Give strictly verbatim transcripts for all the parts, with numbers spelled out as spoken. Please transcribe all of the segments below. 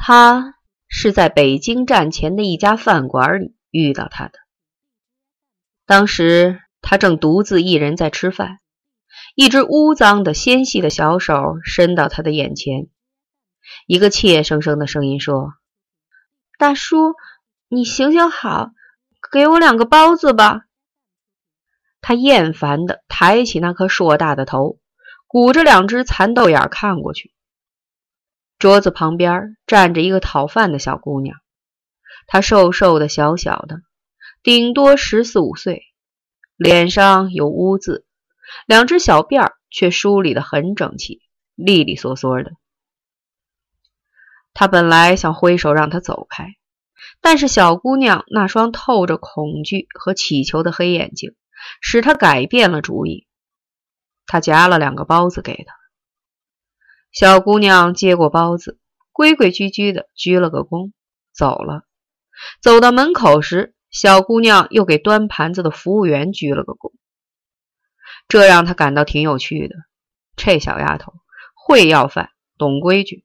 他是在北京站前的一家饭馆里遇到他的。当时他正独自一人在吃饭，一只污脏的纤细的小手伸到他的眼前，一个怯生生的声音说：大叔，你行行好，给我两个包子吧。他厌烦地抬起那颗硕大的头，鼓着两只蚕豆眼看过去。桌子旁边站着一个讨饭的小姑娘，她瘦瘦的小小的，顶多十四五岁，脸上有污渍，两只小辫儿却梳理得很整齐，利利索索的。他本来想挥手让她走开，但是小姑娘那双透着恐惧和乞求的黑眼睛使他改变了主意。他夹了两个包子给他。小姑娘接过包子，规规矩矩地鞠了个躬，走了。走到门口时，小姑娘又给端盘子的服务员鞠了个躬。这让他感到挺有趣的，这小丫头会要饭，懂规矩。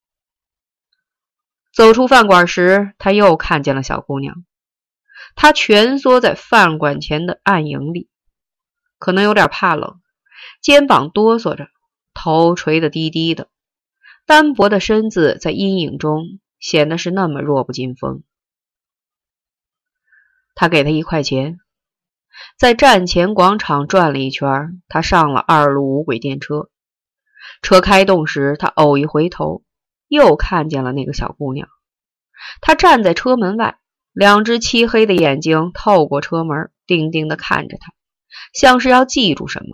走出饭馆时，他又看见了小姑娘。她蜷缩在饭馆前的暗影里，可能有点怕冷，肩膀哆嗦着，头垂得低低的，单薄的身子在阴影中显得是那么弱不禁风。他给她一块钱，在站前广场转了一圈，他上了二路无轨电车。车开动时，他偶一回头，又看见了那个小姑娘。她站在车门外，两只漆黑的眼睛透过车门定定地看着他，像是要记住什么。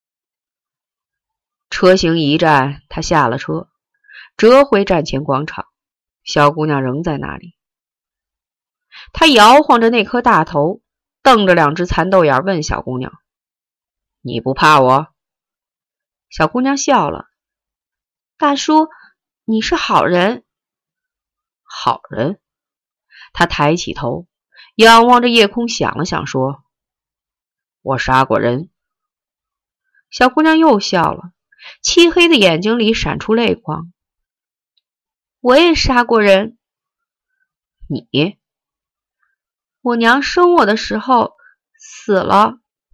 车行一站，他下了车，折回站前广场，小姑娘仍在那里。他摇晃着那颗大头，瞪着两只蚕豆眼问小姑娘：你不怕我？小姑娘笑了：大叔，你是好人。好人？他抬起头，仰望着夜空，想了想说：我杀过人。小姑娘又笑了，漆黑的眼睛里闪出泪光。我也杀过人。你？我娘生我的时候死了。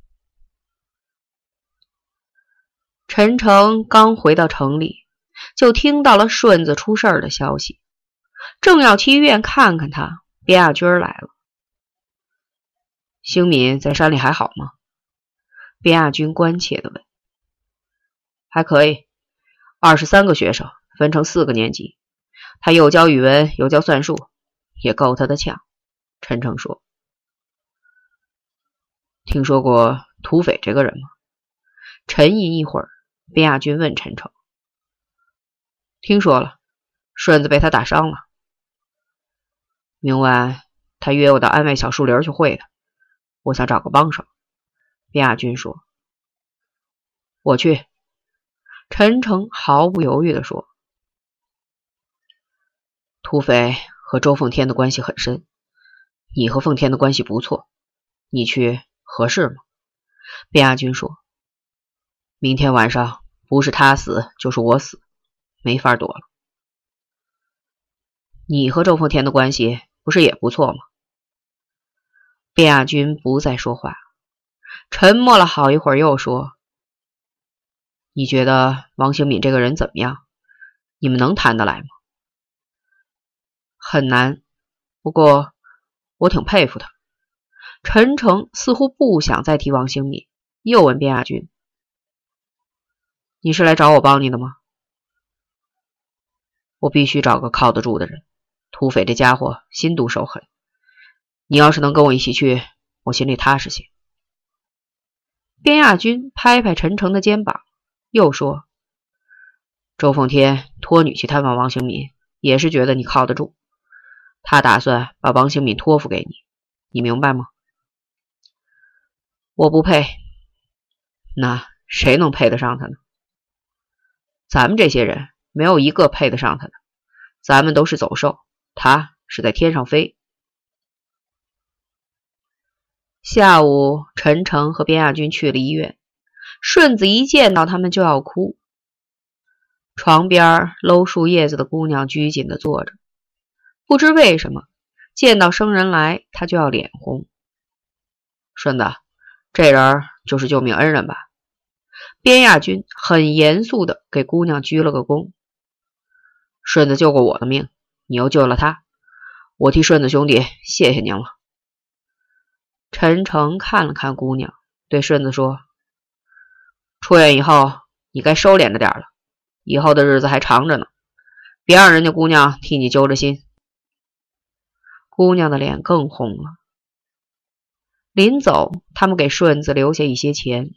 陈诚刚回到城里，就听到了顺子出事儿的消息，正要去医院看看他，边亚军来了。兴敏在山里还好吗？边亚军关切地问。还可以，二十三个学生分成四个年级，他又教语文又教算术，也够他的呛。陈诚说。听说过土匪这个人吗？沉吟一会儿，边亚军问陈诚。听说了，顺子被他打伤了。明晚他约我到安外小树林去会他，我想找个帮手。边亚军说。我去。陈诚毫不犹豫地说。土匪和周凤天的关系很深，你和凤天的关系不错，你去合适吗？边亚军说。明天晚上不是他死就是我死，没法躲了。你和周凤天的关系不是也不错吗？边亚军不再说话，沉默了好一会儿，又说：你觉得王兴敏这个人怎么样？你们能谈得来吗？很难，不过我挺佩服他。陈诚似乎不想再提王兴敏，又问边亚军：你是来找我帮你的吗？我必须找个靠得住的人，土匪这家伙心毒手狠，你要是能跟我一起去，我心里踏实些。边亚军拍拍陈诚的肩膀，又说：周凤天托你去探望王兴敏，也是觉得你靠得住，他打算把王兴敏托付给你，你明白吗？我不配。那谁能配得上他呢？咱们这些人没有一个配得上他的，咱们都是走兽，他是在天上飞。下午，陈诚和边亚军去了医院，顺子一见到他们就要哭。床边搂树叶子的姑娘拘谨地坐着， 不知为什么，见到生人来，他就要脸红。顺子，这人就是救命恩人吧？边亚军很严肃地给姑娘鞠了个躬。顺子救过我的命，你又救了他，我替顺子兄弟谢谢您了。陈诚看了看姑娘，对顺子说：出院以后，你该收敛着点了，以后的日子还长着呢，别让人家姑娘替你揪着心。姑娘的脸更红了。临走，他们给顺子留下一些钱。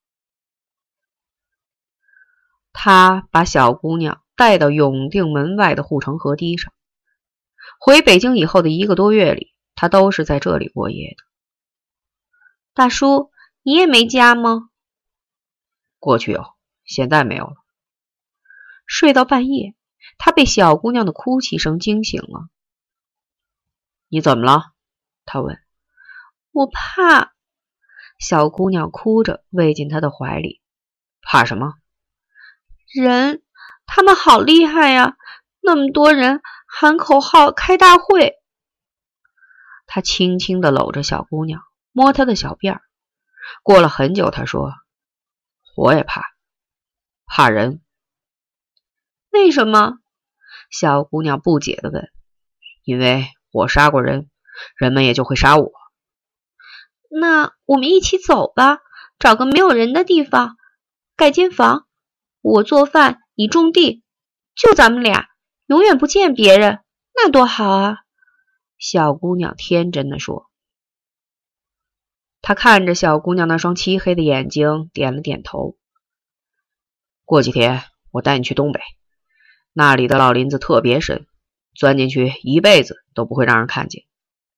他把小姑娘带到永定门外的护城河堤上。回北京以后的一个多月里，他都是在这里过夜的。大叔，你也没家吗？过去有，现在没有了。睡到半夜，他被小姑娘的哭泣声惊醒了。你怎么了？他问。我怕。小姑娘哭着偎进他的怀里。怕什么？人，他们好厉害呀！那么多人喊口号开大会。他轻轻地搂着小姑娘，摸她的小辫儿。过了很久，他说：我也怕，怕人。为什么？小姑娘不解地问。因为我杀过人，人们也就会杀我。那我们一起走吧，找个没有人的地方，盖间房，我做饭，你种地，就咱们俩，永远不见别人，那多好啊！小姑娘天真地说。他看着小姑娘那双漆黑的眼睛，点了点头。过几天我带你去东北，那里的老林子特别深，钻进去一辈子都不会让人看见。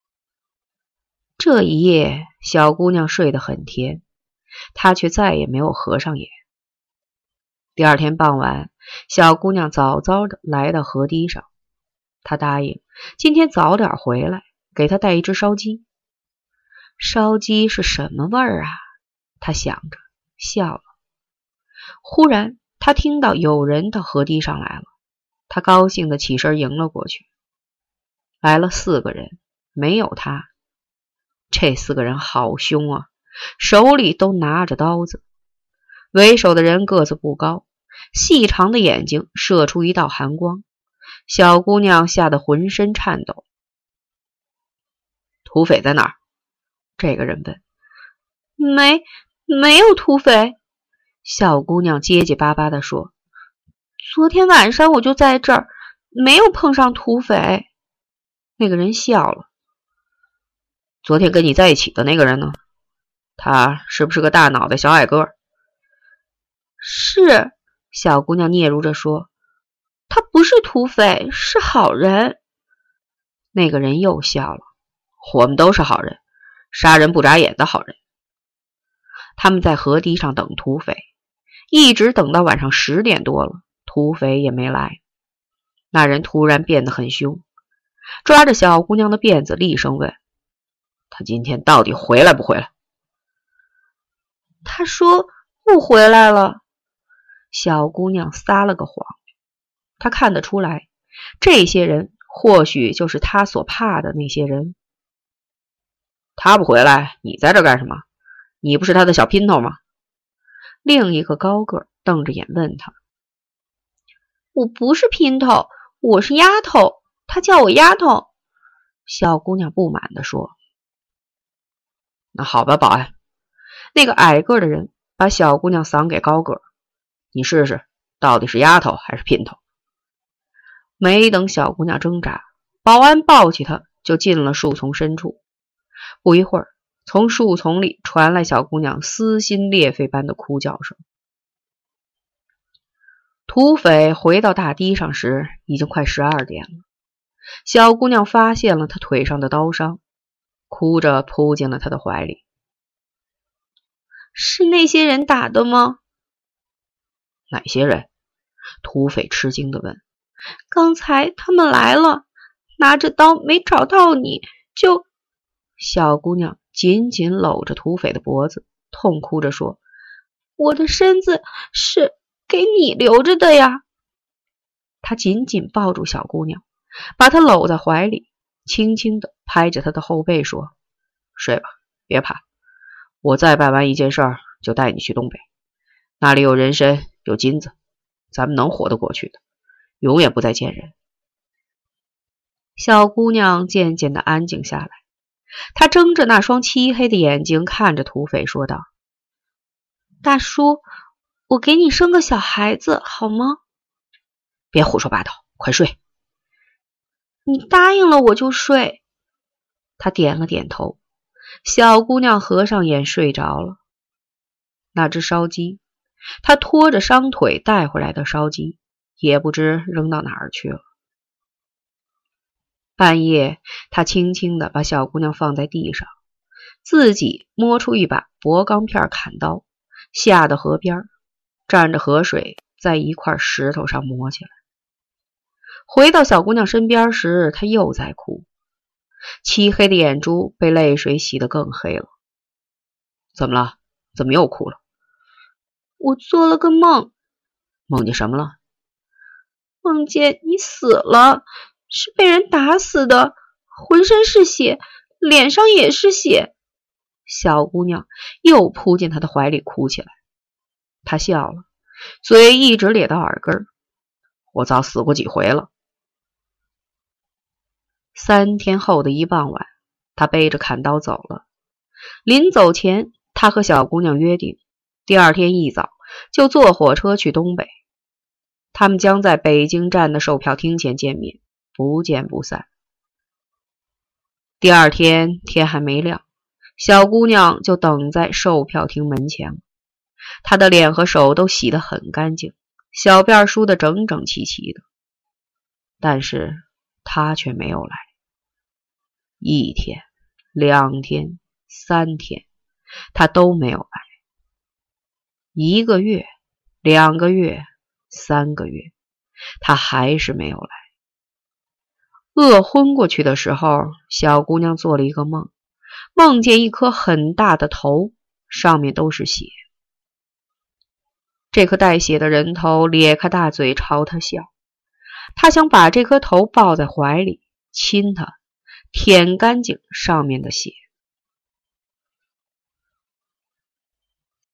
这一夜，小姑娘睡得很甜，她却再也没有合上眼。第二天傍晚，小姑娘早早的来到河堤上，她答应今天早点回来，给她带一只烧鸡。烧鸡是什么味儿啊？她想着，笑了。忽然，她听到有人到河堤上来了，她高兴地起身迎了过去。来了四个人，没有她。这四个人好凶啊，手里都拿着刀子。为首的人个子不高，细长的眼睛射出一道寒光。小姑娘吓得浑身颤抖。土匪在哪儿？这个人问。没，没有土匪。小姑娘结结巴巴地说。昨天晚上我就在这儿，没有碰上土匪。那个人笑了。昨天跟你在一起的那个人呢？他是不是个大脑袋小矮个？是，小姑娘嗫嚅着说。他不是土匪，是好人。那个人又笑了。我们都是好人，杀人不眨眼的好人。他们在河堤上等土匪，一直等到晚上十点多了，土匪也没来。那人突然变得很凶，抓着小姑娘的辫子厉声问：他今天到底回来不回来？他说不回来了。小姑娘撒了个谎。她看得出来，这些人或许就是她所怕的那些人。他不回来，你在这干什么？你不是他的小姘头吗？另一个高个瞪着眼问他。我不是姘头，我是丫头，他叫我丫头。小姑娘不满地说。那好吧，保安。那个矮个的人把小姑娘搡给高个，你试试，到底是丫头还是姘头？没等小姑娘挣扎，保安抱起她就进了树丛深处。不一会儿，从树丛里传来小姑娘撕心裂肺般的哭叫声。土匪回到大堤上时，已经快十二点了。小姑娘发现了他腿上的刀伤，哭着扑进了他的怀里。是那些人打的吗？哪些人？土匪吃惊地问。刚才他们来了，拿着刀没找到你，就……小姑娘紧紧搂着土匪的脖子，痛哭着说：我的身子是给你留着的呀。她紧紧抱住小姑娘， 把他搂在怀里，轻轻地拍着他的后背说：“睡吧，别怕，我再办完一件事儿就带你去东北，那里有人参，有金子，咱们能活得过去的，永远不再见人。”小姑娘渐渐地安静下来，她睁着那双漆黑的眼睛看着土匪说道：“大叔，我给你生个小孩子好吗？”“别胡说八道，快睡。”“你答应了我就睡。”他点了点头。小姑娘合上眼睡着了。那只烧鸡，她拖着伤腿带回来的烧鸡，也不知扔到哪儿去了。半夜，他轻轻地把小姑娘放在地上，自己摸出一把薄钢片砍刀，下到河边，蘸着河水在一块石头上磨起来。回到小姑娘身边时，她又在哭，漆黑的眼珠被泪水洗得更黑了。“怎么了？怎么又哭了？”“我做了个梦。”“梦见什么了？”“梦见你死了，是被人打死的，浑身是血，脸上也是血。”小姑娘又扑进他的怀里哭起来。他笑了，嘴一直咧到耳根。“我早死过几回了。”三天后的一傍晚，他背着砍刀走了。临走前，他和小姑娘约定，第二天一早就坐火车去东北。他们将在北京站的售票厅前见面，不见不散。第二天天还没亮，小姑娘就等在售票厅门前了。她的脸和手都洗得很干净，小便梳得整整齐齐的。但是她却没有来。一天、两天、三天，她都没有来。一个月、两个月、三个月，她还是没有来。饿昏过去的时候，小姑娘做了一个梦，梦见一颗很大的头，上面都是血。这颗带血的人头咧开大嘴朝她笑，她想把这颗头抱在怀里，亲它，舔干净上面的血。